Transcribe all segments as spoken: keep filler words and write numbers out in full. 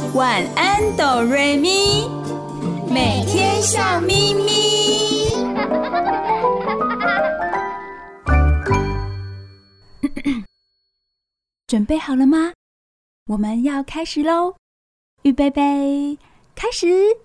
晚安哆瑞咪，每天笑眯眯。 准备好了吗？我们要开始咯！预备备，开始！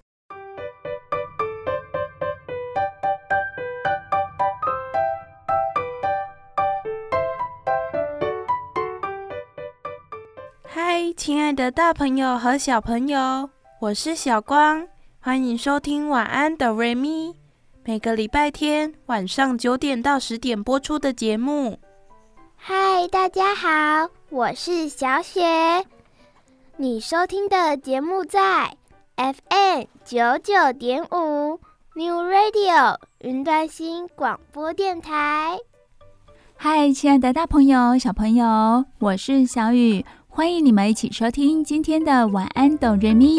嗨，亲爱的大朋友和小朋友，我是小光，欢迎收听晚安哆瑞咪，每个礼拜天晚上九点到十点播出的节目。 嗨，大家好，我是小雪。你收听的节目在 F M 九九点五 New Radio 云端新广播电台。 嗨，亲爱的大朋友、小朋友，我是小雨，欢迎你们一起收听今天的晚安哆瑞咪。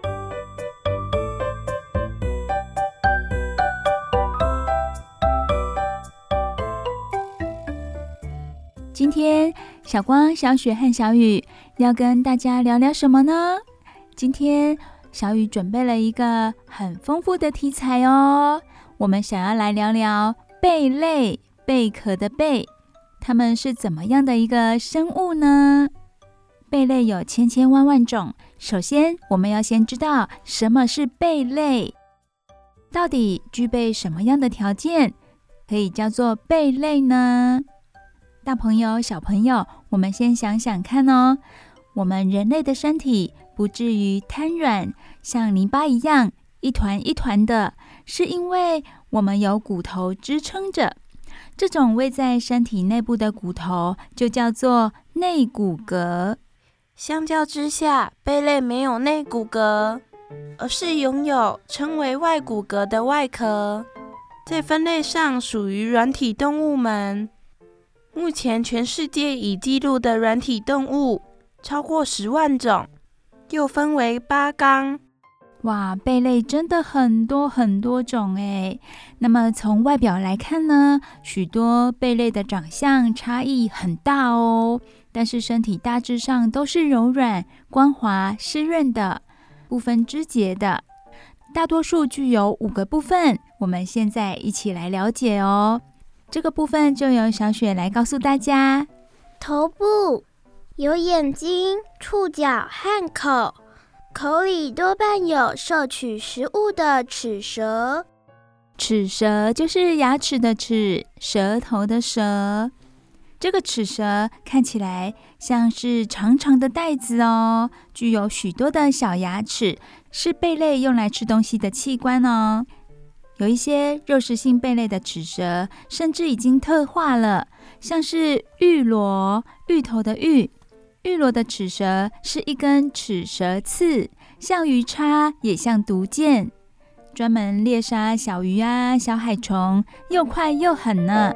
今天小光、小雪和小雨要跟大家聊聊什么呢？今天小雨准备了一个很丰富的题材哦，我们想要来聊聊贝类，贝壳的贝，它们是怎么样的一个生物呢？贝类有千千万万种，首先我们要先知道什么是贝类，到底具备什么样的条件可以叫做贝类呢？大朋友、小朋友，我们先想想看哦，我们人类的身体不至于瘫软，像泥巴一样一团一团的，是因为我们有骨头支撑着。这种位在身体内部的骨头就叫做内骨骼。 相较之下，贝类没有内骨骼，而是拥有称为外骨骼的外壳，在分类上属于软体动物门。目前全世界已记录的软体动物超过十万种，又分为八纲。 哇，贝类真的很多很多种诶。那么从外表来看呢，许多贝类的长相差异很大哦，但是身体大致上都是柔软、光滑、湿润的，不分枝节的。大多数具有五个部分，我们现在一起来了解哦。这个部分就由小雪来告诉大家。 头部有眼睛、触角和口，口里多半有摄取食物的齿舌。 齿舌就是牙齿的齿，舌头的舌。这个齿舌看起来像是长长的带子哦，具有许多的小牙齿，是贝类用来吃东西的器官哦。有一些肉食性贝类的齿舌甚至已经特化了，像是芋螺，芋头的芋，芋螺的齿舌是一根齿舌刺，像鱼叉也像毒箭，专门猎杀小鱼啊、小海虫，又快又狠呢。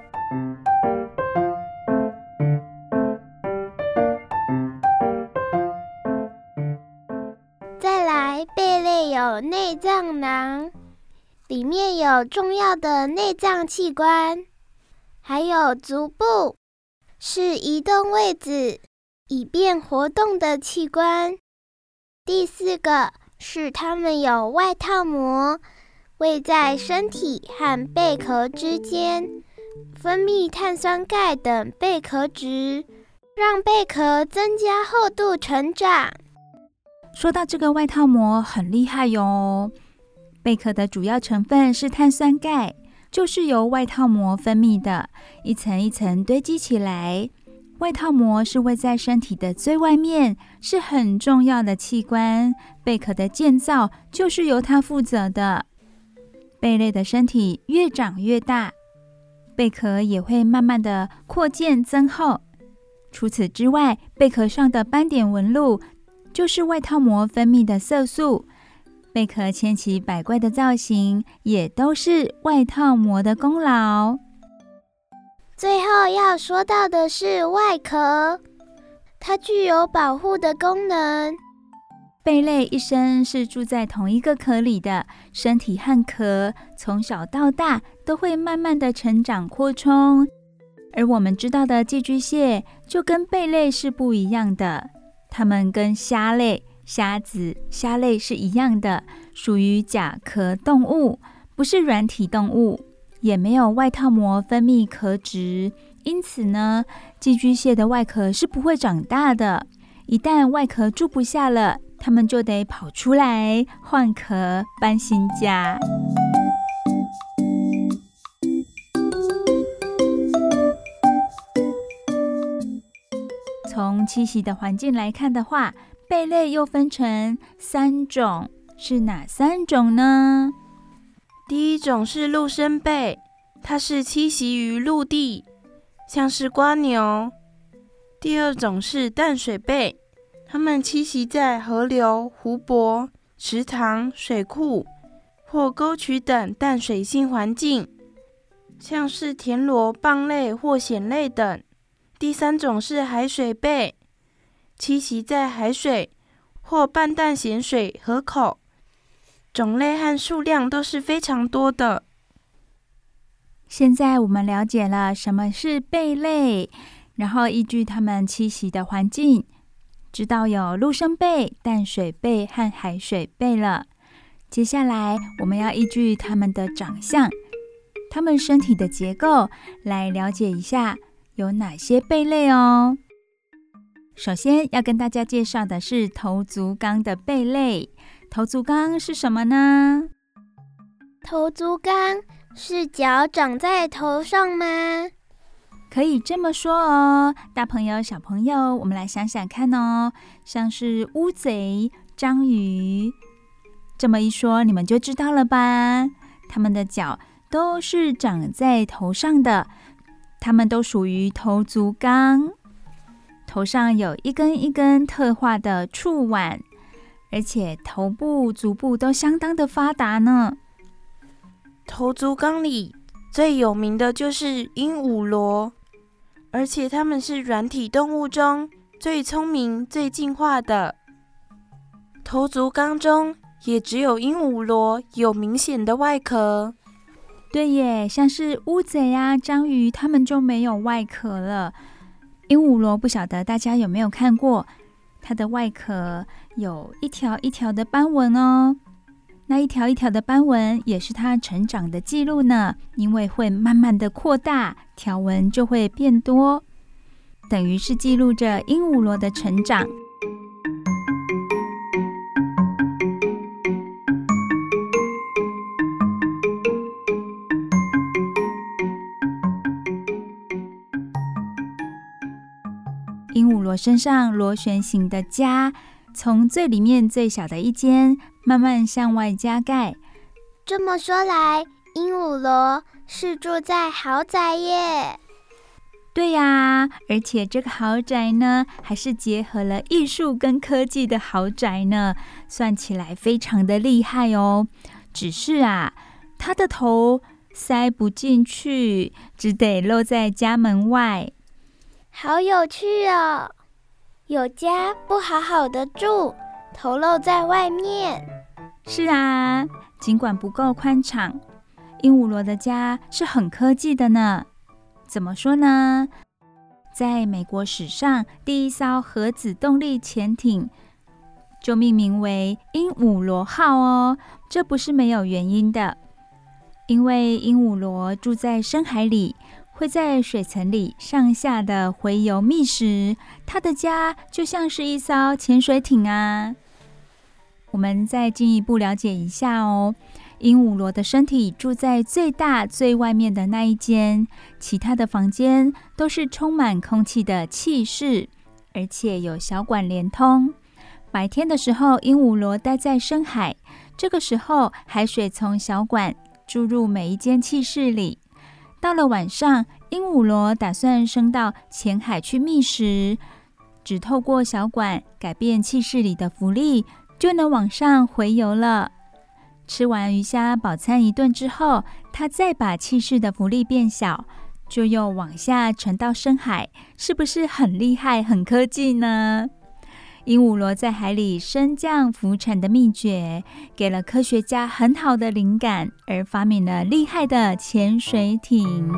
再来，贝类有内脏囊，里面有重要的内脏器官，还有足部，是移动位置以便活动的器官。第四个是它们有外套膜，位在身体和贝壳之间，分泌碳酸钙等贝壳质，让贝壳增加厚度成长。 说到这个外套膜很厉害哟，贝壳的主要成分是碳酸钙，就是由外套膜分泌的，一层一层堆积起来。外套膜是位在身体的最外面，是很重要的器官，贝壳的建造就是由它负责的。贝类的身体越长越大，贝壳也会慢慢的扩建增厚。除此之外，贝壳上的斑点纹路就是外套膜分泌的色素，贝壳千奇百怪的造型也都是外套膜的功劳。 最后要说到的是外壳，它具有保护的功能。 贝类一生是住在同一个壳里的，身体和壳从小到大都会慢慢的成长扩充。而我们知道的寄居蟹就跟贝类是不一样的，它们跟虾类虾子、虾类是一样的，属于甲壳动物，不是软体动物，也没有外套膜分泌壳质，因此呢，寄居蟹的外壳是不会长大的。一旦外壳住不下了，它们就得跑出来换壳搬新家。从栖息的环境来看的话，贝类又分成三种，是哪三种呢？ 第一种是陆生贝，它是栖息于陆地，像是蝸牛。第二种是淡水贝，它们栖息在河流、湖泊、池塘、水库或沟渠等淡水性环境，像是田螺、蚌类或蚬类等。第三种是海水贝，栖息在海水或半淡咸水河口，种类和数量都是非常多的。 现在我们了解了什么是贝类，然后依据它们栖息的环境，知道有陆生贝、淡水贝和海水贝了。接下来我们要依据它们的长相、它们身体的结构来了解一下有哪些贝类哦。首先要跟大家介绍的是头足纲的贝类。头足纲是什么呢？ 头足纲是角长在头上吗？ 可以这么说哦，大朋友小朋友，我们来想想看哦，像是乌贼、章鱼，这么一说你们就知道了吧？它们的角都是长在头上的，它们都属于头足纲。头上有一根一根特化的触腕，而且头部、足部都相当的发达呢。 头足纲里最有名的就是鹦鹉螺，而且它们是软体动物中最聪明、最进化的。头足纲中也只有鹦鹉螺有明显的外壳。 对耶，像是乌贼啊、章鱼，它们就没有外壳了。鹦鹉螺不晓得大家有没有看过，它的外壳有一条一条的斑纹哦。那一条一条的斑纹也是它成长的记录呢，因为会慢慢的扩大，条纹就会变多，等于是记录着鹦鹉螺的成长。鹦鹉螺身上螺旋形的家，从最里面最小的一间慢慢向外加盖。 这么说来，鹦鹉螺是住在豪宅耶。 对呀，而且这个豪宅呢，还是结合了艺术跟科技的豪宅呢，算起来非常的厉害哦。只是啊，它的头塞不进去，只得露在家门外。 好有趣哦！有家不好好的住，头露在外面。 是啊，尽管不够宽敞，鹦鹉螺的家是很科技的呢。怎么说呢？在美国史上第一艘核子动力潜艇就命名为鹦鹉螺号哦，这不是没有原因的。因为鹦鹉螺住在深海里，会在水层里上下的洄游觅食，它的家就像是一艘潜水艇啊。我们再进一步了解一下哦。鹦鹉螺的身体住在最大最外面的那一间，其他的房间都是充满空气的气室，而且有小管连通。白天的时候，鹦鹉螺待在深海，这个时候海水从小管注入每一间气室里。到了晚上，鹦鹉螺打算升到浅海去觅食，只透过小管改变气室里的浮力，就能往上洄游了。吃完鱼虾饱餐一顿之后，它再把气室的浮力变小，就又往下沉到深海，是不是很厉害、很科技呢？鹦鹉螺在海里升降浮沉的秘诀，给了科学家很好的灵感，而发明了厉害的潜水艇。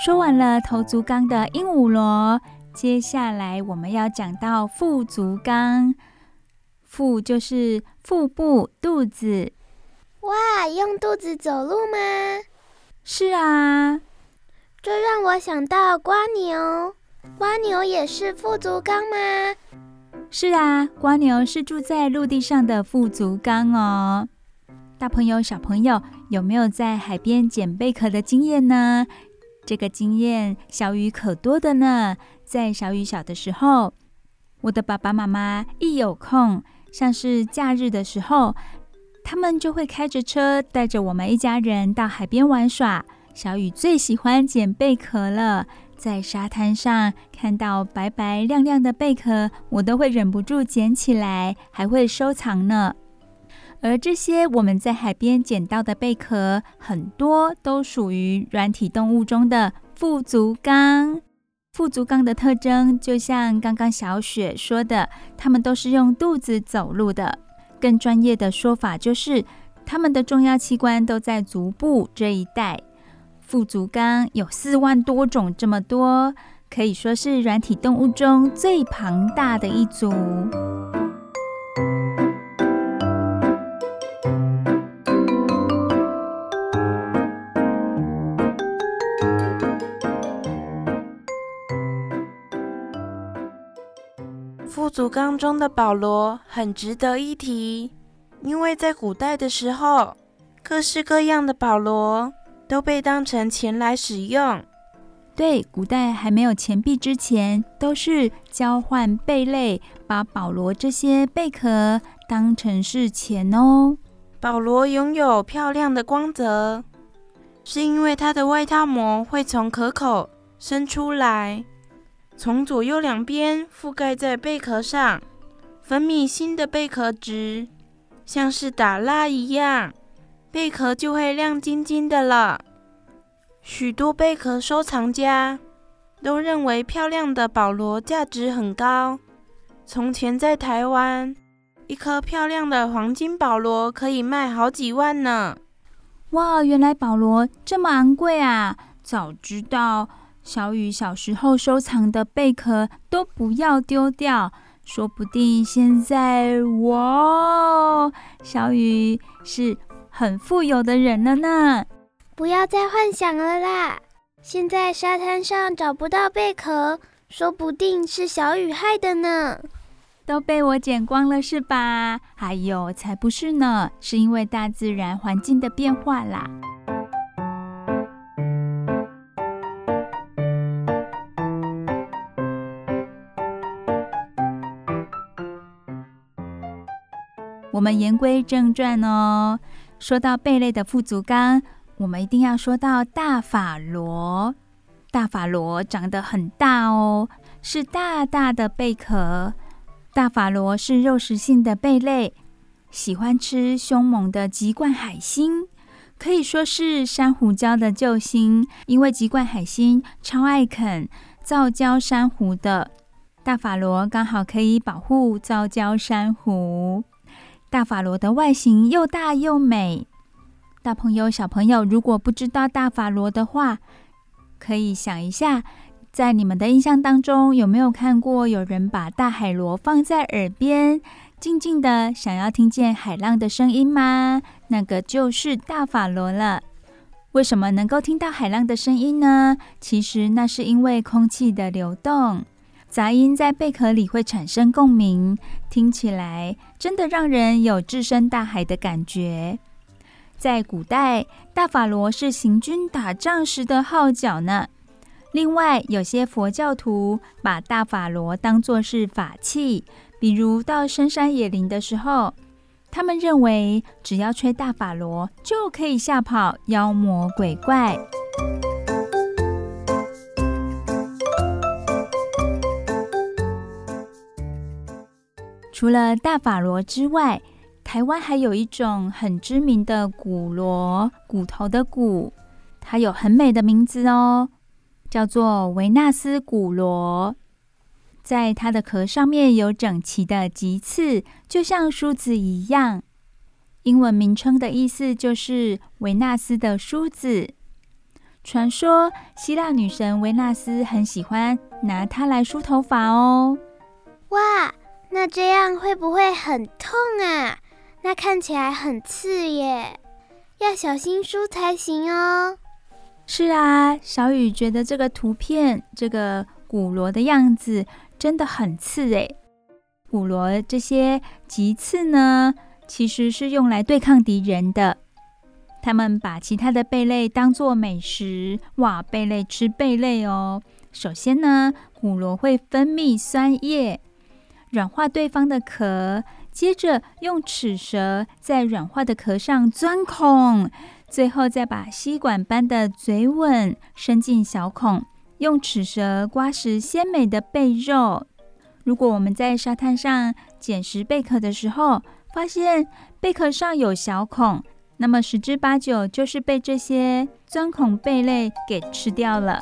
说完了头足纲的鹦鹉螺，接下来我们要讲到腹足纲。腹就是腹部、肚子。 哇，用肚子走路吗？ 是啊。 这让我想到蝸牛，蝸牛也是腹足纲吗？ 是啊，蝸牛是住在陆地上的腹足纲哦。大朋友、小朋友，有没有在海边捡贝壳的经验呢？这个经验小雨可多的呢。在小雨小的时候，我的爸爸妈妈一有空，像是假日的时候，他们就会开着车带着我们一家人到海边玩耍。小雨最喜欢捡贝壳了，在沙滩上看到白白亮亮的贝壳，我都会忍不住捡起来，还会收藏呢。而这些我们在海边捡到的贝壳，很多都属于软体动物中的腹足纲。腹足纲的特征就像刚刚小雪说的，它们都是用肚子走路的。更专业的说法就是，它们的重要器官都在足部这一带。腹足纲有四万多种，这么多，可以说是软体动物中最庞大的一族。 腹足纲中的保螺很值得一提，因为在古代的时候，各式各样的保螺都被当成钱来使用。 对，古代还没有钱币之前，都是交换贝类，把保螺这些贝壳当成是钱哦。 保螺拥有漂亮的光泽，是因为它的外套膜会从壳口伸出来，从左右两边覆盖在贝壳上，分泌新的贝壳质，像是打蜡一样，贝壳就会亮晶晶的了。许多贝壳收藏家都认为漂亮的保螺价值很高。从前在台湾，一颗漂亮的黄金保螺可以卖好几万呢。 哇，原来保螺这么昂贵啊！早知道小雨小时候收藏的贝壳都不要丢掉，说不定现在哇，小雨是很富有的人了呢。 不要再幻想了啦！现在沙滩上找不到贝壳，说不定是小雨害的呢。 都被我捡光了是吧？还有才不是呢，是因为大自然环境的变化啦。我们言归正传哦，说到贝类的腹足纲，我们一定要说到大法螺。大法螺长得很大哦，是大大的贝壳。大法螺是肉食性的贝类，喜欢吃凶猛的棘冠海星，可以说是珊瑚礁的救星，因为棘冠海星超爱啃藻礁珊瑚的。大法螺刚好可以保护藻礁珊瑚。大法螺的外形又大又美。大朋友、小朋友，如果不知道大法螺的话，可以想一下，在你们的印象当中，有没有看过有人把大海螺放在耳边，静静的想要听见海浪的声音吗？那个就是大法螺了。为什么能够听到海浪的声音呢？其实那是因为空气的流动，杂音在贝壳里会产生共鸣，听起来真的让人有置身大海的感觉。在古代，大法螺是行军打仗时的号角呢。另外，有些佛教徒把大法螺当作是法器，比如到深山野林的时候，他们认为只要吹大法螺就可以吓跑妖魔鬼怪。除了大法螺之外，台湾还有一种很知名的骨螺，骨头的骨，它有很美的名字哦，叫做维纳斯骨螺。在它的壳上面有整齐的棘刺，就像梳子一样。英文名称的意思就是维纳斯的梳子。 传说希腊女神维纳斯很喜欢拿它来梳头发哦。 哇，那这样会不会很痛啊？那看起来很刺耶，要小心梳才行哦。 是啊，小雨觉得这个图片，这个骨螺的样子真的很刺诶。骨螺这些棘刺呢，其实是用来对抗敌人的。他们把其他的贝类当作美食，哇，贝类吃贝类哦。首先呢，骨螺会分泌酸液，软化对方的壳，接着用齿舌在软化的壳上钻孔，最后再把吸管般的嘴吻伸进小孔，用齿舌刮食鲜美的贝肉。如果我们在沙滩上捡拾贝壳的时候，发现贝壳上有小孔，那么十之八九就是被这些钻孔贝类给吃掉了。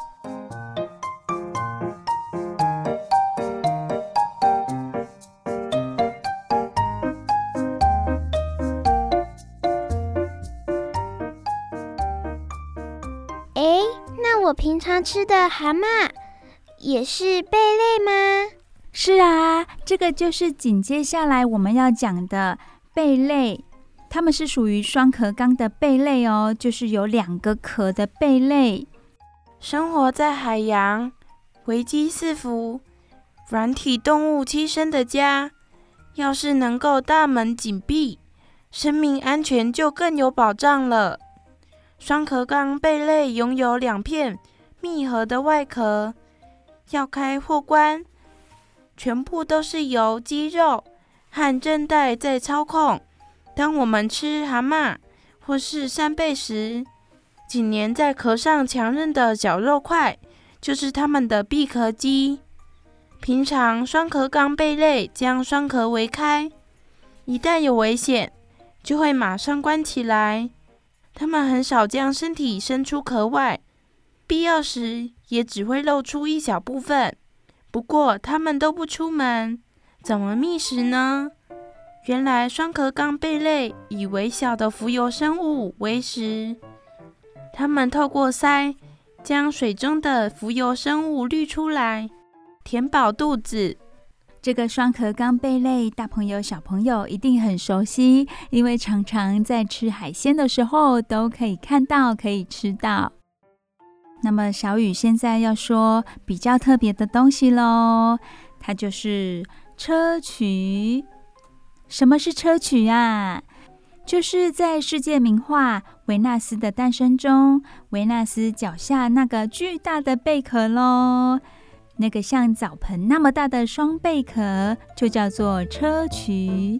诶，那我平常吃的蛤蟆也是贝类吗？ 是啊，这个就是紧接下来我们要讲的贝类。它们是属于双壳纲的贝类哦，就是有两个壳的贝类。 生活在海洋，危机四伏，软体动物栖身的家，要是能够大门紧闭，生命安全就更有保障了。双壳纲贝类拥有两片密合的外壳，要开或关，全部都是由肌肉和韧带在操控。当我们吃蛤蟆或是扇贝时，紧粘在壳上强韧的小肉块就是它们的闭壳肌。平常双壳纲贝类将双壳围开，一旦有危险就会马上关起来。它们很少将身体伸出壳外，必要时也只会露出一小部分。不过它们都不出门，怎么觅食呢？原来双壳纲贝类以微小的浮游生物为食，它们透过鳃将水中的浮游生物滤出来，填饱肚子。 这个双壳纲贝类，大朋友小朋友一定很熟悉，因为常常在吃海鲜的时候都可以看到，可以吃到。那么小雨现在要说比较特别的东西咯，它就是砗磲。什么是砗磲啊？就是在世界名画《维纳斯的诞生》中，维纳斯脚下那个巨大的贝壳咯。那个像澡盆那么大的双贝壳就叫做砗磲。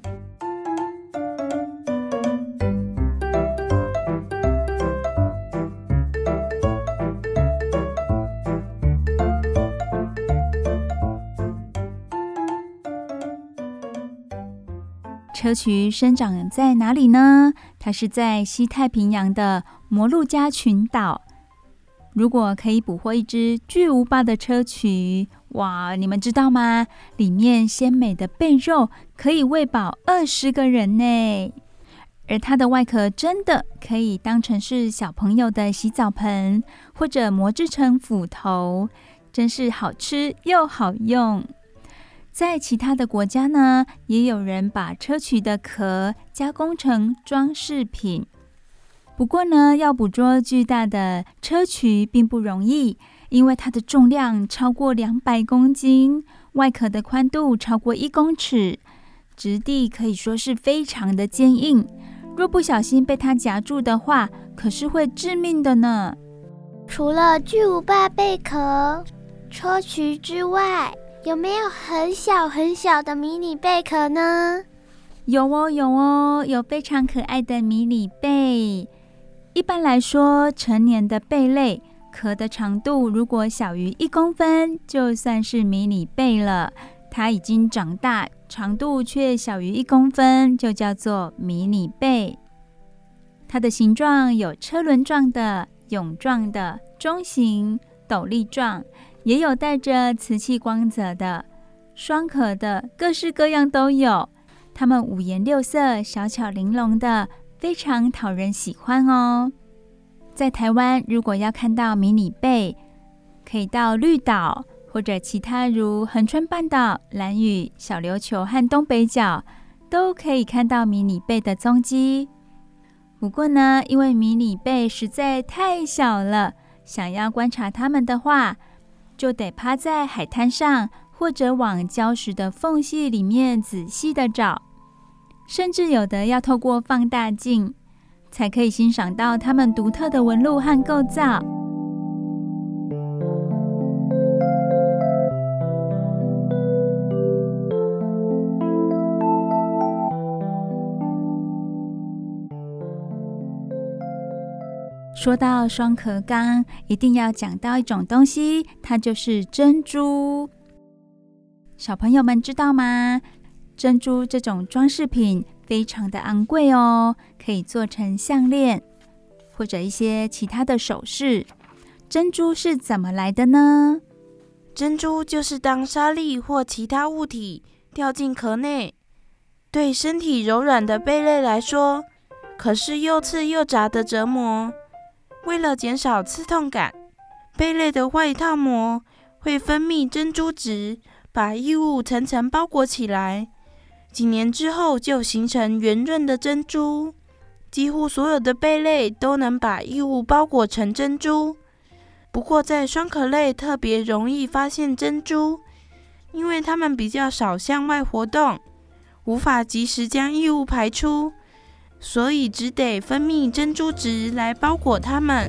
砗磲生长在哪里呢？它是在西太平洋的摩鹿加群岛。如果可以捕获一只巨无霸的砗磲，哇，你们知道吗？里面鲜美的贝肉可以喂饱二十个人呢。而它的外壳真的可以当成是小朋友的洗澡盆，或者磨制成斧头，真是好吃又好用。在其他的国家呢，也有人把砗磲的壳加工成装饰品。不过呢，要捕捉巨大的砗磲并不容易，因为它的重量超过两百公斤，外壳的宽度超过一公尺，质地可以说是非常的坚硬。若不小心被它夹住的话，可是会致命的呢。 除了巨无霸贝壳、砗磲之外，有没有很小很小的迷你贝壳呢？ 有哦，有哦，有非常可爱的迷你贝。一般来说，成年的贝类壳的长度如果小于一公分，就算是迷你贝了。它已经长大，长度却小于一公分，就叫做迷你贝。它的形状有车轮状的、蛹状的、中型、斗笠状，也有带着瓷器光泽的、双壳的，各式各样都有。它们五颜六色、小巧玲珑的，非常讨人喜欢哦。 在台湾，如果要看到迷你贝，可以到绿岛或者其他如恒春半岛、兰屿、小琉球和东北角，都可以看到迷你贝的踪迹。不过呢，因为迷你贝实在太小了，想要观察它们的话，就得趴在海滩上，或者往礁石的缝隙里面仔细的找，甚至有的要透过放大镜，才可以欣赏到它们独特的纹路和构造。说到双壳纲，一定要讲到一种东西，它就是珍珠。小朋友们知道吗？珍珠这种装饰品非常的昂贵哦，可以做成项链或者一些其他的首饰。珍珠是怎么来的呢？ 珍珠就是当沙粒或其他物体掉进壳内，对身体柔软的贝类来说，可是又刺又扎的折磨。为了减少刺痛感，贝类的外套膜会分泌珍珠质，把异物层层包裹起来。几年之后就形成圆润的珍珠。几乎所有的贝类都能把异物包裹成珍珠，不过在双壳类特别容易发现珍珠，因为它们比较少向外活动，无法及时将异物排出，所以只得分泌珍珠质来包裹它们。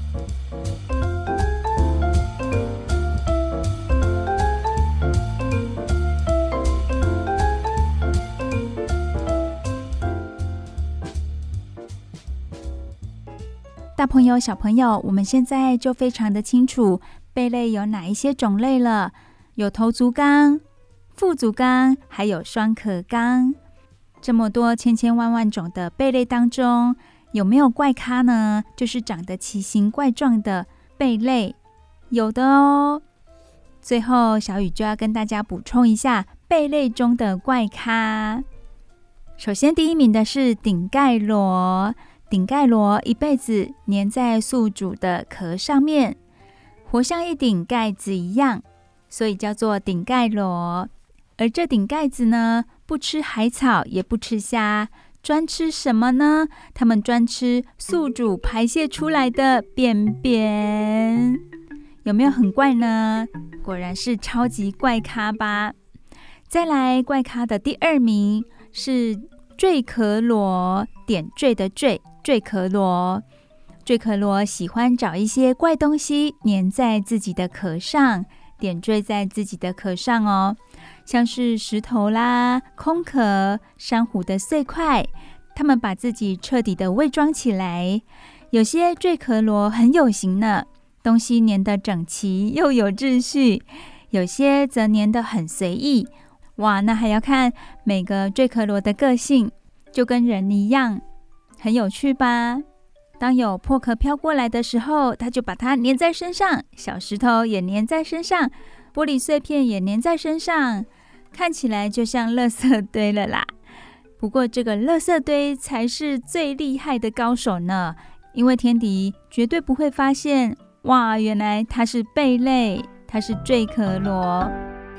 大朋友、小朋友，我们现在就非常的清楚贝类有哪一些种类了，有头足纲、腹足纲，还有双壳纲。这么多千千万万种的贝类当中，有没有怪咖呢？就是长得奇形怪状的贝类，有的哦。最后，小雨就要跟大家补充一下贝类中的怪咖。首先，第一名的是顶盖螺。顶盖螺一辈子粘在宿主的壳上面，活像一顶盖子一样，所以叫做顶盖螺。而这顶盖子呢，不吃海草，也不吃虾，专吃什么呢？它们专吃宿主排泄出来的便便。有没有很怪呢？果然是超级怪咖吧。再来，怪咖的第二名是坠壳螺，点缀的缀，坠壳螺。坠壳螺喜欢找一些怪东西粘在自己的壳上，点缀在自己的壳上哦，像是石头啦、空壳、珊瑚的碎块，它们把自己彻底的伪装起来。有些坠壳螺很有型呢，东西粘得整齐又有秩序；有些则粘得很随意。哇，那还要看每个坠壳螺的个性，就跟人一样，很有趣吧？当有破壳飘过来的时候，它就把它粘在身上，小石头也粘在身上，玻璃碎片也粘在身上，看起来就像垃圾堆了啦。不过这个垃圾堆才是最厉害的高手呢，因为天敌绝对不会发现，哇，原来它是贝类，它是坠壳螺。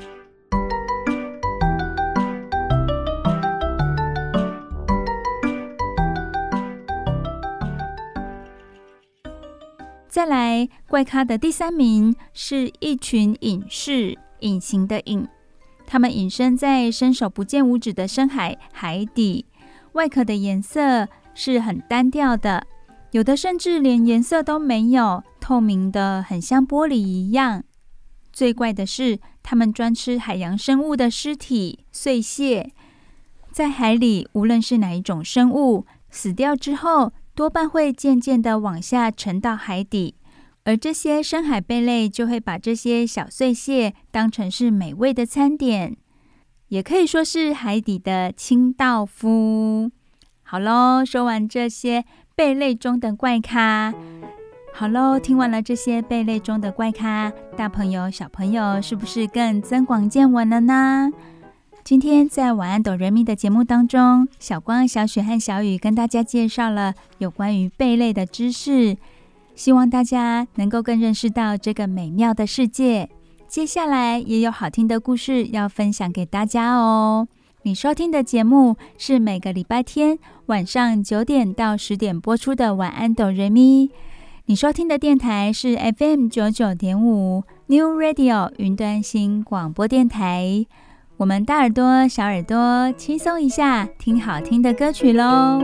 再来，怪咖的第三名是一群隐士，隐形的隐。它们隐身在伸手不见五指的深海海底，外壳的颜色是很单调的，有的甚至连颜色都没有，透明的很像玻璃一样。最怪的是，它们专吃海洋生物的尸体、碎屑。在海里，无论是哪一种生物，死掉之后多半会渐渐地往下沉到海底，而这些深海贝类就会把这些小碎屑当成是美味的餐点，也可以说是海底的清道夫。好咯，说完这些贝类中的怪咖，好咯，听完了这些贝类中的怪咖，大朋友小朋友是不是更增广见闻了呢？今天在晚安哆瑞咪的节目当中，小光、小雪和小雨跟大家介绍了有关于贝类的知识， 希望大家能够更认识到这个美妙的世界。接下来也有好听的故事要分享给大家哦。你收听的节目是每个礼拜天晚上九点到十点播出的晚安哆瑞咪。你收听的电台是 F M 九十九点五 New Radio 云端新广播电台。我们大耳朵小耳朵轻松一下，听好听的歌曲咯。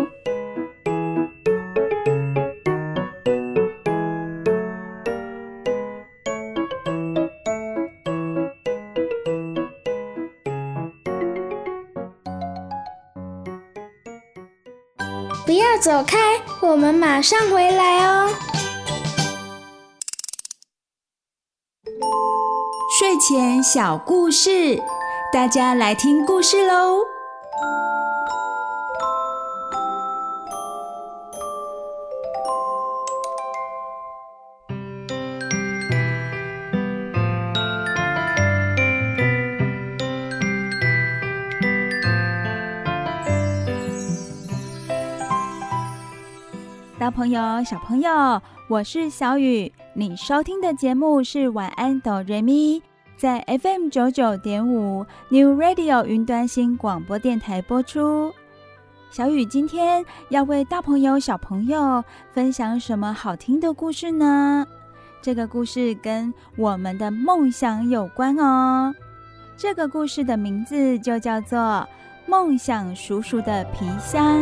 不要走开，我们马上回来哦。 睡前小故事，大家来听故事喽。 大朋友小朋友，我是小雨，你收听的节目是晚安哆瑞咪，在 F M 九十九点五 New Radio 云端新广播电台播出。小雨今天要为大朋友小朋友分享什么好听的故事呢？这个故事跟我们的梦想有关哦。这个故事的名字就叫做梦想叔叔的皮箱。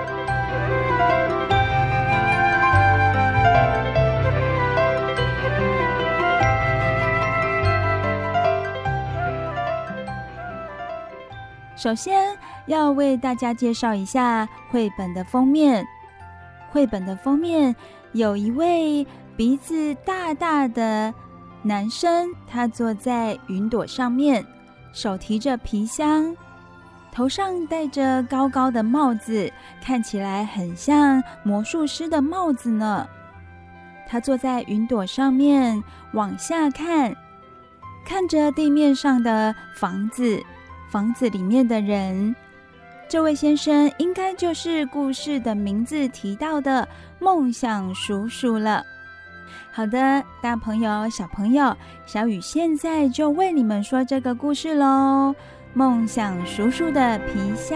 首先要为大家介绍一下绘本的封面。绘本的封面有一位鼻子大大的男生，他坐在云朵上面，手提着皮箱，头上戴着高高的帽子，看起来很像魔术师的帽子呢。他坐在云朵上面往下看，看着地面上的房子，房子里面的人。这位先生应该就是故事的名字提到的梦想叔叔了。好的，大朋友小朋友，小雨现在就为你们说这个故事咯。梦想叔叔的皮箱。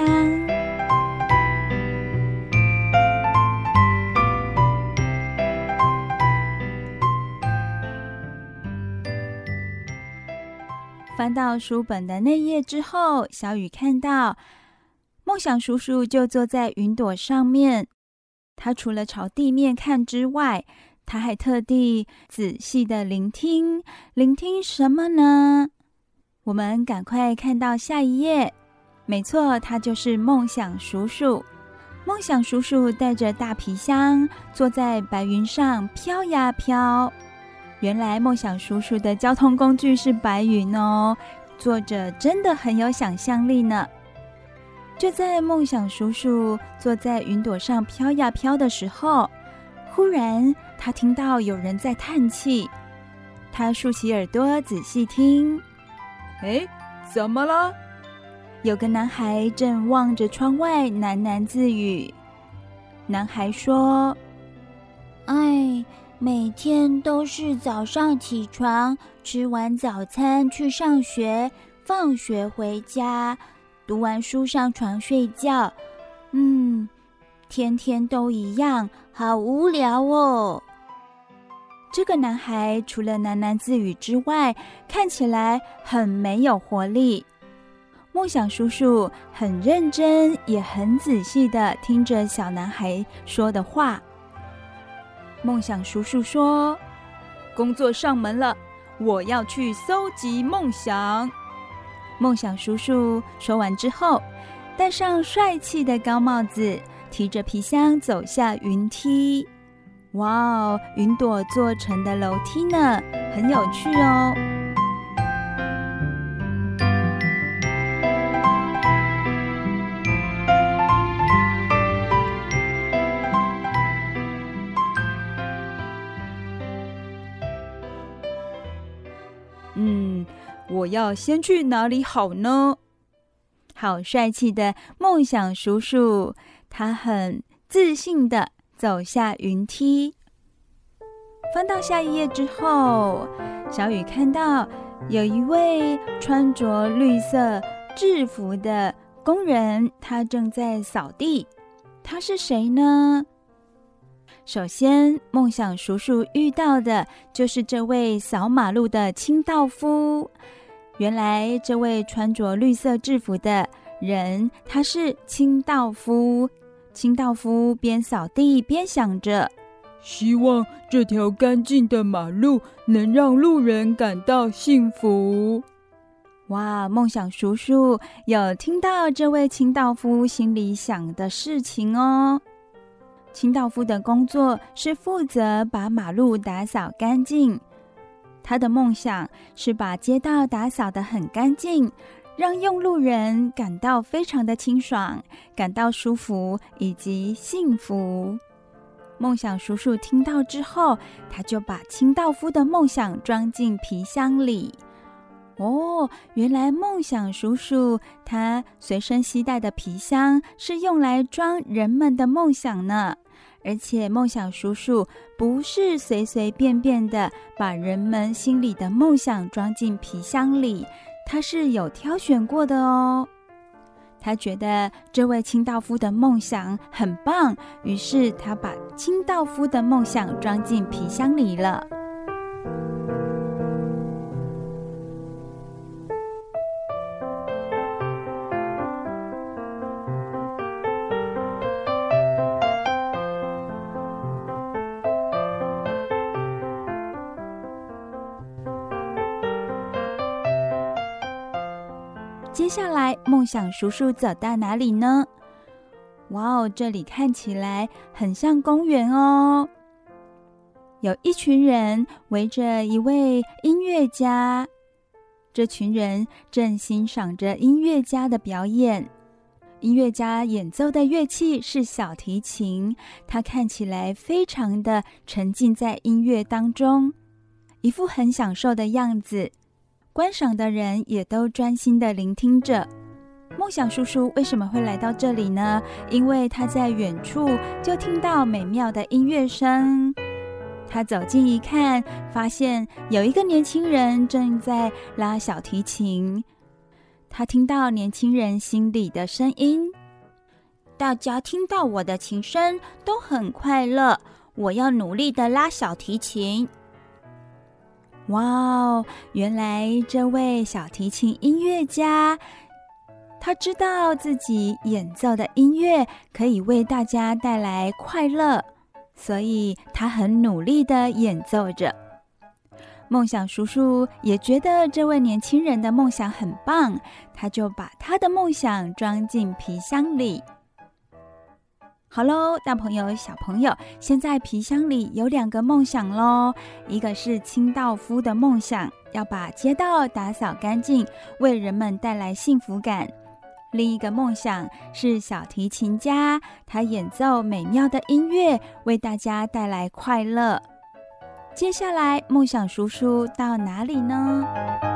翻到书本的那页之后，小雨看到梦想叔叔就坐在云朵上面。他除了朝地面看之外，他还特地仔细的聆听。聆听什么呢？我们赶快看到下一页。没错，他就是梦想叔叔。梦想叔叔带着大皮箱，坐在白云上飘呀飘。原来梦想叔叔的交通工具是白云哦，作者真的很有想象力呢。就在梦想叔叔坐在云朵上飘呀飘的时候，忽然他听到有人在叹气。他竖起耳朵仔细听，诶，怎么了？有个男孩正望着窗外喃喃自语。男孩说：哎，每天都是早上起床，吃完早餐去上学，放学回家，读完书上床睡觉。嗯，天天都一样，好无聊哦。这个男孩除了喃喃自语之外，看起来很没有活力。梦想叔叔很认真也很仔细地听着小男孩说的话。梦想叔叔说：工作上门了，我要去搜集梦想。梦想叔叔说完之后，戴上帅气的高帽子，提着皮箱走下云梯。哇哦，云朵做成的楼梯呢，很有趣哦。嗯，我要先去哪里好呢？好帅气的梦想叔叔，他很自信地走下云梯。 翻到下一页之后，小雨看到有一位穿着绿色制服的工人，他正在扫地。他是谁呢？首先，梦想叔叔遇到的就是这位扫马路的清道夫。原来这位穿着绿色制服的人，他是清道夫。清道夫边扫地边想着， 希望这条干净的马路能让路人感到幸福。 哇，梦想叔叔有听到这位清道夫心里想的事情哦。清道夫的工作是负责把马路打扫干净，他的梦想是把街道打扫得很干净，让用路人感到非常的清爽，感到舒服以及幸福。梦想叔叔听到之后，他就把清道夫的梦想装进皮箱里。哦，原来梦想叔叔他随身携带的皮箱是用来装人们的梦想呢。而且梦想叔叔不是随随便便的把人们心里的梦想装进皮箱里，他是有挑选过的哦。他觉得这位清道夫的梦想很棒，于是他把清道夫的梦想装进皮箱里了。接下来梦想叔叔走到哪里呢？哇哦，这里看起来很像公园哦。有一群人围着一位音乐家，这群人正欣赏着音乐家的表演。音乐家演奏的乐器是小提琴，他看起来非常的沉浸在音乐当中，一副很享受的样子。观赏的人也都专心地聆听着。梦想叔叔为什么会来到这里呢？因为他在远处就听到美妙的音乐声。他走近一看，发现有一个年轻人正在拉小提琴。他听到年轻人心里的声音：大家听到我的琴声都很快乐，我要努力地拉小提琴。哇哦，原来这位小提琴音乐家，他知道自己演奏的音乐可以为大家带来快乐，所以他很努力地演奏着。梦想叔叔也觉得这位年轻人的梦想很棒，他就把他的梦想装进皮箱里。好喽，大朋友小朋友，现在皮箱里有两个梦想咯，一个是清道夫的梦想，要把街道打扫干净，为人们带来幸福感。另一个梦想是小提琴家，他演奏美妙的音乐，为大家带来快乐。接下来梦想叔叔到哪里呢？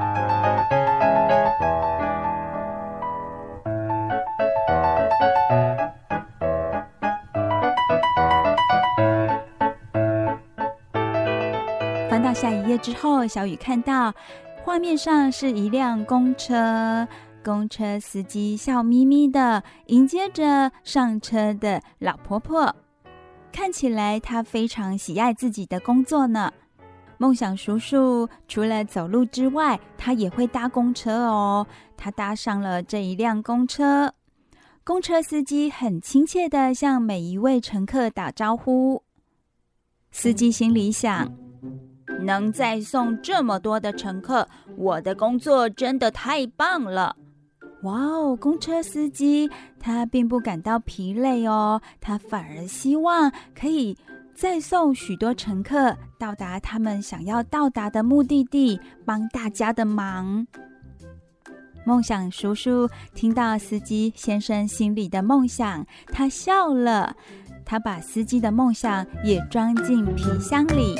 翻到下一页之后，小雨看到画面上是一辆公车，公车司机笑眯眯的迎接着上车的老婆婆，看起来她非常喜爱自己的工作呢。梦想叔叔除了走路之外，他也会搭公车哦。他搭上了这一辆公车，公车司机很亲切地向每一位乘客打招呼。司机心里想，能载送这么多的乘客，我的工作真的太棒了。哇哦，公车司机他并不感到疲累哦，他反而希望可以载送许多乘客到达他们想要到达的目的地，帮大家的忙。梦想叔叔听到司机先生心里的梦想，他笑了，他把司机的梦想也装进皮箱里。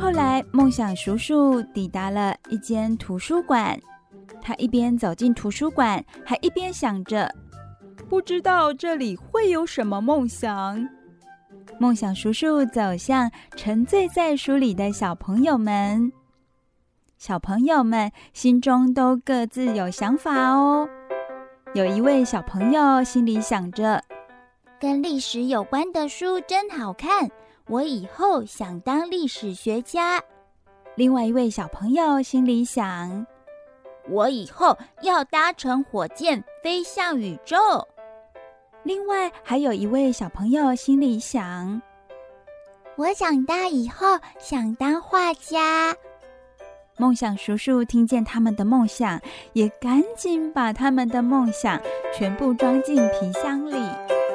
后来，梦想叔叔抵达了一间图书馆，他一边走进图书馆，还一边想着， 不知道这里会有什么梦想。 梦想叔叔走向沉醉在书里的小朋友们，小朋友们心中都各自有想法哦。有一位小朋友心里想着， 跟历史有关的书真好看，我以后想当历史学家。 另外一位小朋友心里想， 我以后要搭乘火箭飞向宇宙。 另外还有一位小朋友心里想， 我长大以后想当画家。 梦想叔叔听见他们的梦想，也赶紧把他们的梦想全部装进皮箱里。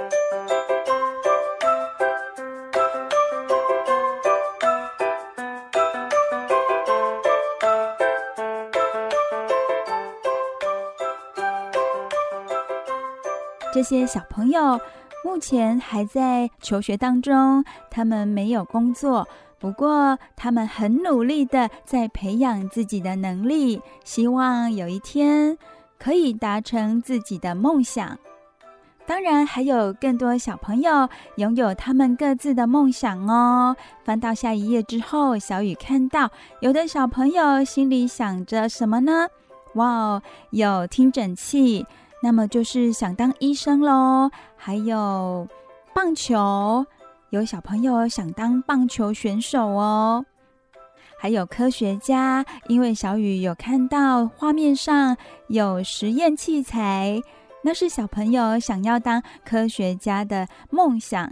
这些小朋友目前还在求学当中，他们没有工作，不过他们很努力的在培养自己的能力，希望有一天可以达成自己的梦想。当然还有更多小朋友拥有他们各自的梦想哦。翻到下一页之后，小雨看到有的小朋友心里想着什么呢？哇，有听诊器，那么就是想当医生咯。还有棒球，有小朋友想当棒球选手哦。还有科学家，因为小雨有看到画面上有实验器材，那是小朋友想要当科学家的梦想。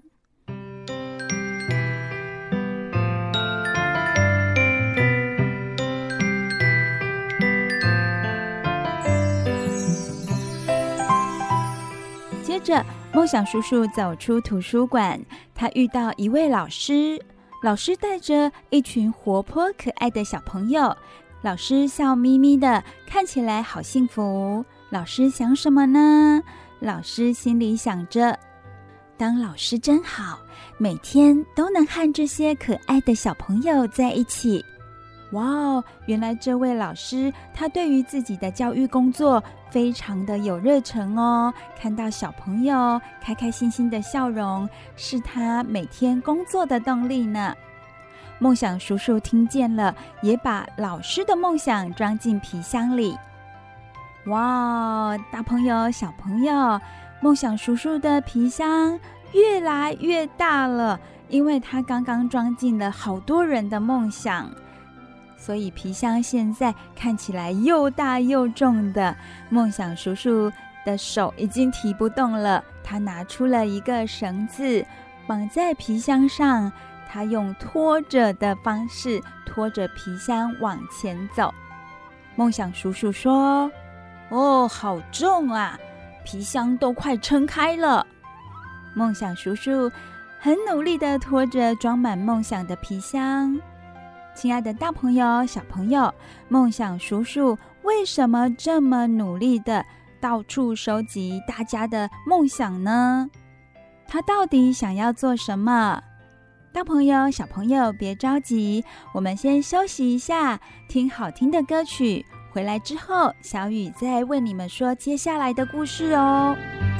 接着，梦想叔叔走出图书馆，他遇到一位老师，老师带着一群活泼可爱的小朋友，老师笑眯眯的，看起来好幸福。老师想什么呢？老师心里想着，当老师真好，每天都能和这些可爱的小朋友在一起。哇哦，原来这位老师他对于自己的教育工作非常的有热忱哦，看到小朋友开开心心的笑容，是他每天工作的动力呢。梦想叔叔听见了，也把老师的梦想装进皮箱里。哇，大朋友小朋友，梦想叔叔的皮箱越来越大了，因为他刚刚装进了好多人的梦想，所以皮箱现在看起来又大又重的。梦想叔叔的手已经提不动了，他拿出了一个绳子绑在皮箱上，他用拖着的方式拖着皮箱往前走。梦想叔叔说，哦，好重啊，皮箱都快撑开了。梦想叔叔很努力地拖着装满梦想的皮箱。亲爱的大朋友小朋友，梦想叔叔为什么这么努力地到处收集大家的梦想呢？他到底想要做什么？大朋友小朋友别着急，我们先休息一下，听好听的歌曲，回来之后小雨再为你们说接下来的故事哦。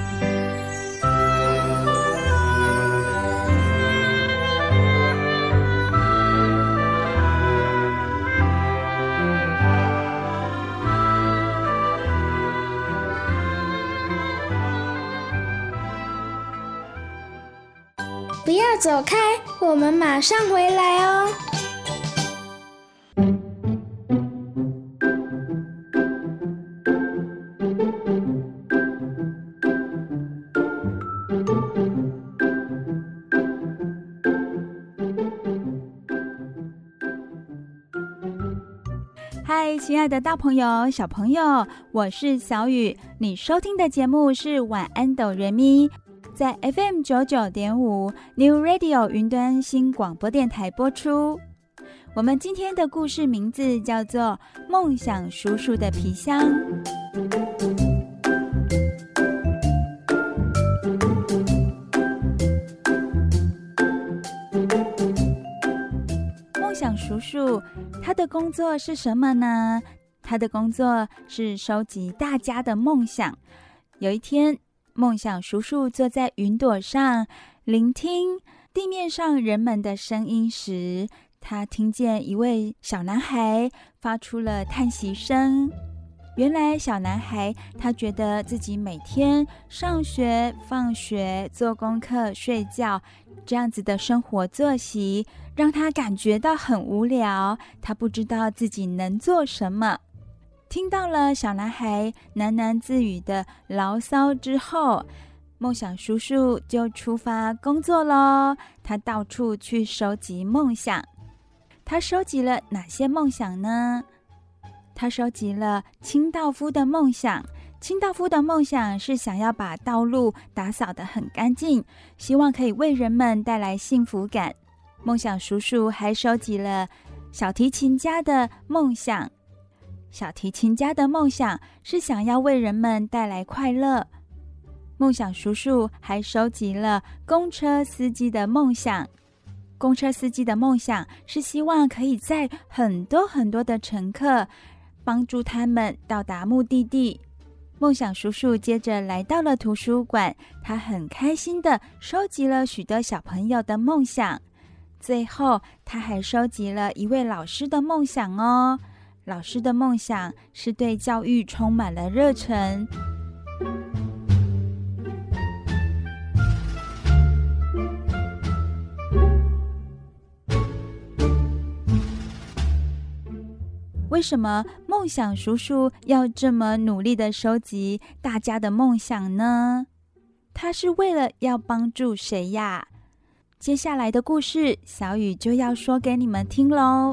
不要走开，我们马上回来哦。 嗨，亲爱的大朋友小朋友，我是小雨，你收听的节目是晚安哆瑞咪，在 F M 九十九点五 New Radio 云端新广播电台播出。我们今天的故事名字叫做《梦想叔叔的皮箱》。梦梦想叔叔他的工作是什么呢？他的工作是收集大家的梦想。有一天，梦想叔叔坐在云朵上，聆听地面上人们的声音时，他听见一位小男孩发出了叹息声。原来小男孩他觉得自己每天上学、放学、做功课、睡觉，这样子的生活作息让他感觉到很无聊，他不知道自己能做什么。听到了小男孩喃喃自语的牢骚之后，梦想叔叔就出发工作咯。他到处去收集梦想。他收集了哪些梦想呢？他收集了清道夫的梦想。清道夫的梦想是想要把道路打扫得很干净，希望可以为人们带来幸福感。梦想叔叔还收集了小提琴家的梦想。小提琴家的梦想是想要为人们带来快乐。梦想叔叔还收集了公车司机的梦想。公车司机的梦想是希望可以载很多很多的乘客，帮助他们到达目的地。梦想叔叔接着来到了图书馆，他很开心地收集了许多小朋友的梦想。最后，他还收集了一位老师的梦想哦。老师的梦想是对教育充满了热忱。为什么梦想叔叔要这么努力地收集大家的梦想呢？他是为了要帮助谁呀？接下来的故事，小雨就要说给你们听咯。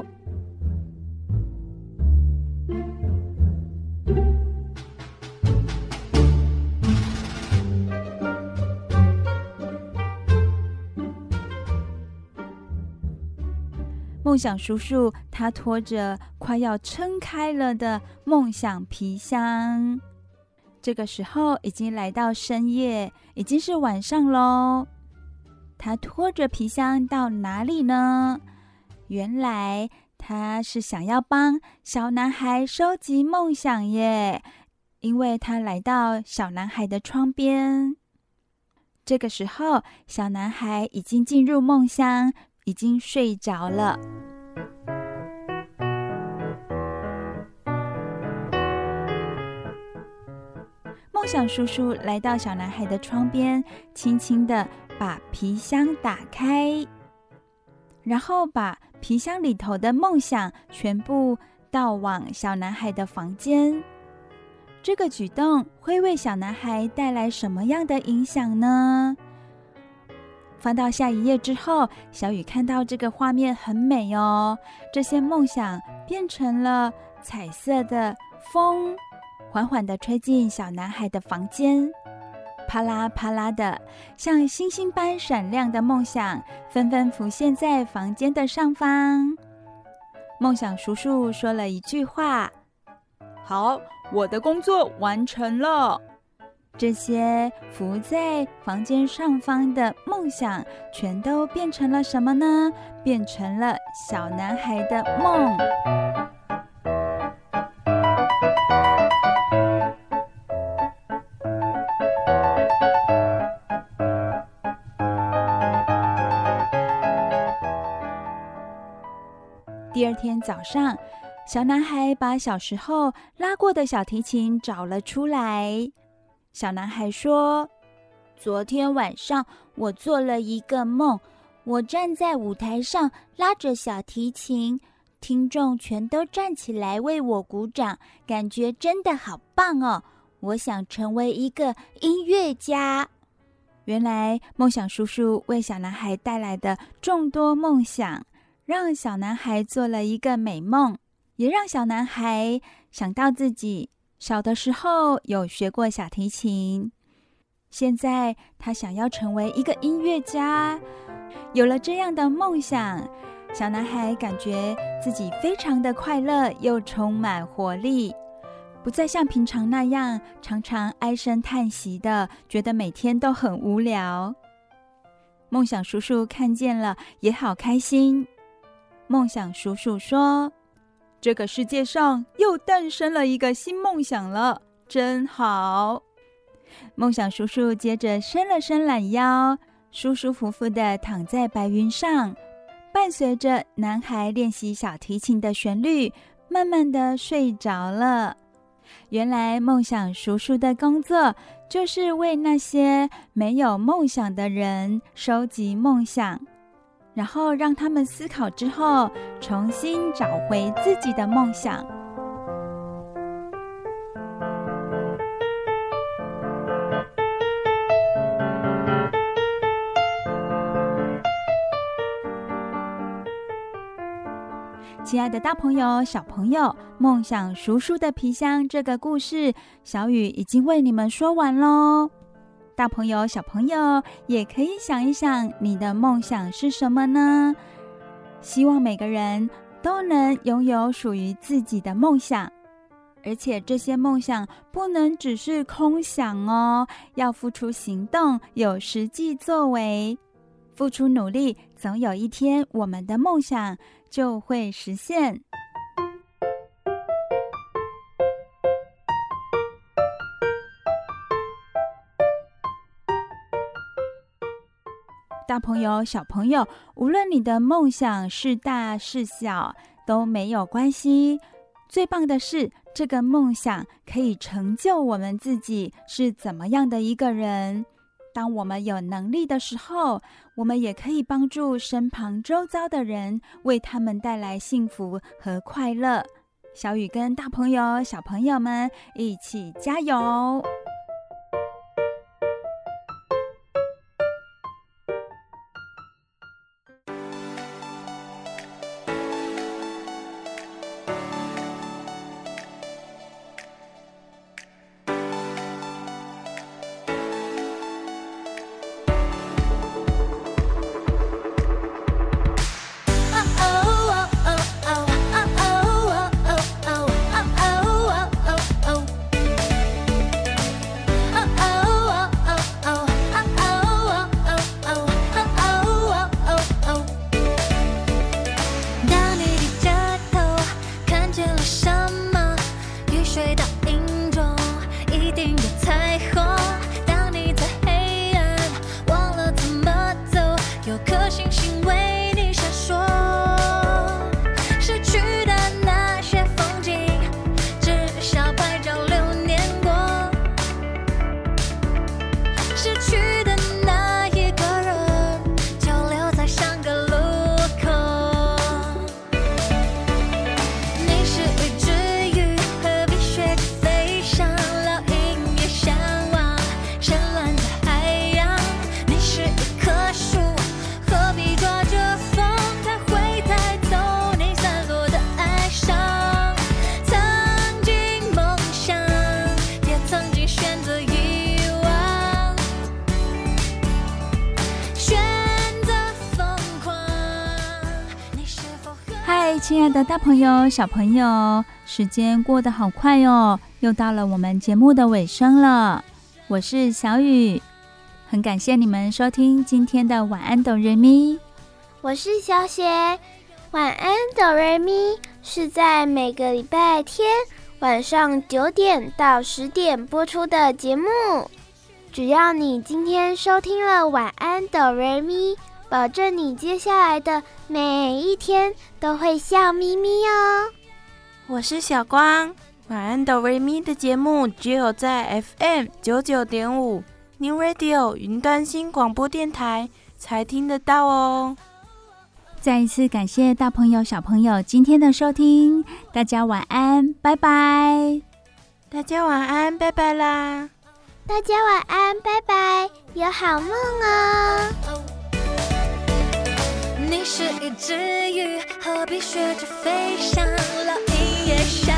梦想叔叔他拖着快要撑开了的梦想皮箱，这个时候已经来到深夜，已经是晚上咯。他拖着皮箱到哪里呢？原来他是想要帮小男孩收集梦想耶，因为他来到小男孩的窗边。这个时候，小男孩已经进入梦乡，已经睡着了。梦想叔叔来到小男孩的窗边，轻轻地把皮箱打开，然后把皮箱里头的梦想全部倒往小男孩的房间。这个举动会为小男孩带来什么样的影响呢？翻到下一页之后，小雨看到这个画面很美哦，这些梦想变成了彩色的风，缓缓地吹进小男孩的房间，啪啦啪啦的，像星星般闪亮的梦想纷纷浮现在房间的上方。梦想叔叔说了一句话： 好，我的工作完成了。 这些浮在房间上方的梦想全都变成了什么呢？变成了小男孩的梦。第二天早上，小男孩把小时候拉过的小提琴找了出来。小男孩说：昨天晚上我做了一个梦，我站在舞台上拉着小提琴，听众全都站起来为我鼓掌，感觉真的好棒哦！我想成为一个音乐家。原来梦想叔叔为小男孩带来的众多梦想，让小男孩做了一个美梦，也让小男孩想到自己小的时候有学过小提琴，现在他想要成为一个音乐家。有了这样的梦想，小男孩感觉自己非常的快乐，又充满活力，不再像平常那样常常唉声叹息的，觉得每天都很无聊。梦想叔叔看见了也好开心。 梦想叔叔说：这个世界上又诞生了一个新梦想了，真好。梦想叔叔接着伸了伸懒腰，舒舒服服地躺在白云上，伴随着男孩练习小提琴的旋律，慢慢地睡着了。原来梦想叔叔的工作就是为那些没有梦想的人收集梦想，然后让他们思考之后重新找回自己的梦想。亲爱的大朋友小朋友，梦想叔叔的皮箱这个故事小雨已经为你们说完咯。大朋友小朋友也可以想一想，你的梦想是什么呢？希望每个人都能拥有属于自己的梦想，而且这些梦想不能只是空想哦，要付出行动，有实际作为，付出努力，总有一天我们的梦想就会实现。大朋友小朋友，无论你的梦想是大是小都没有关系，最棒的是这个梦想可以成就我们自己是怎么样的一个人。当我们有能力的时候，我们也可以帮助身旁周遭的人，为他们带来幸福和快乐。小雨跟大朋友小朋友们一起加油！亲爱的大朋友小朋友，时间过得好快哦，又到了我们节目的尾声了。我是小雨，很感谢你们收听今天的晚安哆瑞咪。 我是小雪，晚安哆瑞咪是在每个礼拜天晚上九点到十点播出的节目。只要你今天收听了晚安哆瑞咪，保证你接下来的每一天都会笑眯眯哦。 我是小光，晚安哆瑞咪的节目只有在 F M 九九点五 New Radio 云端新广播电台才听得到哦。 再一次感谢大朋友小朋友今天的收听，大家晚安，拜拜。 大家晚安，拜拜啦。 大家晚安，拜拜，有好梦哦。 你是一只鱼，何必学着飞翔？老鹰也想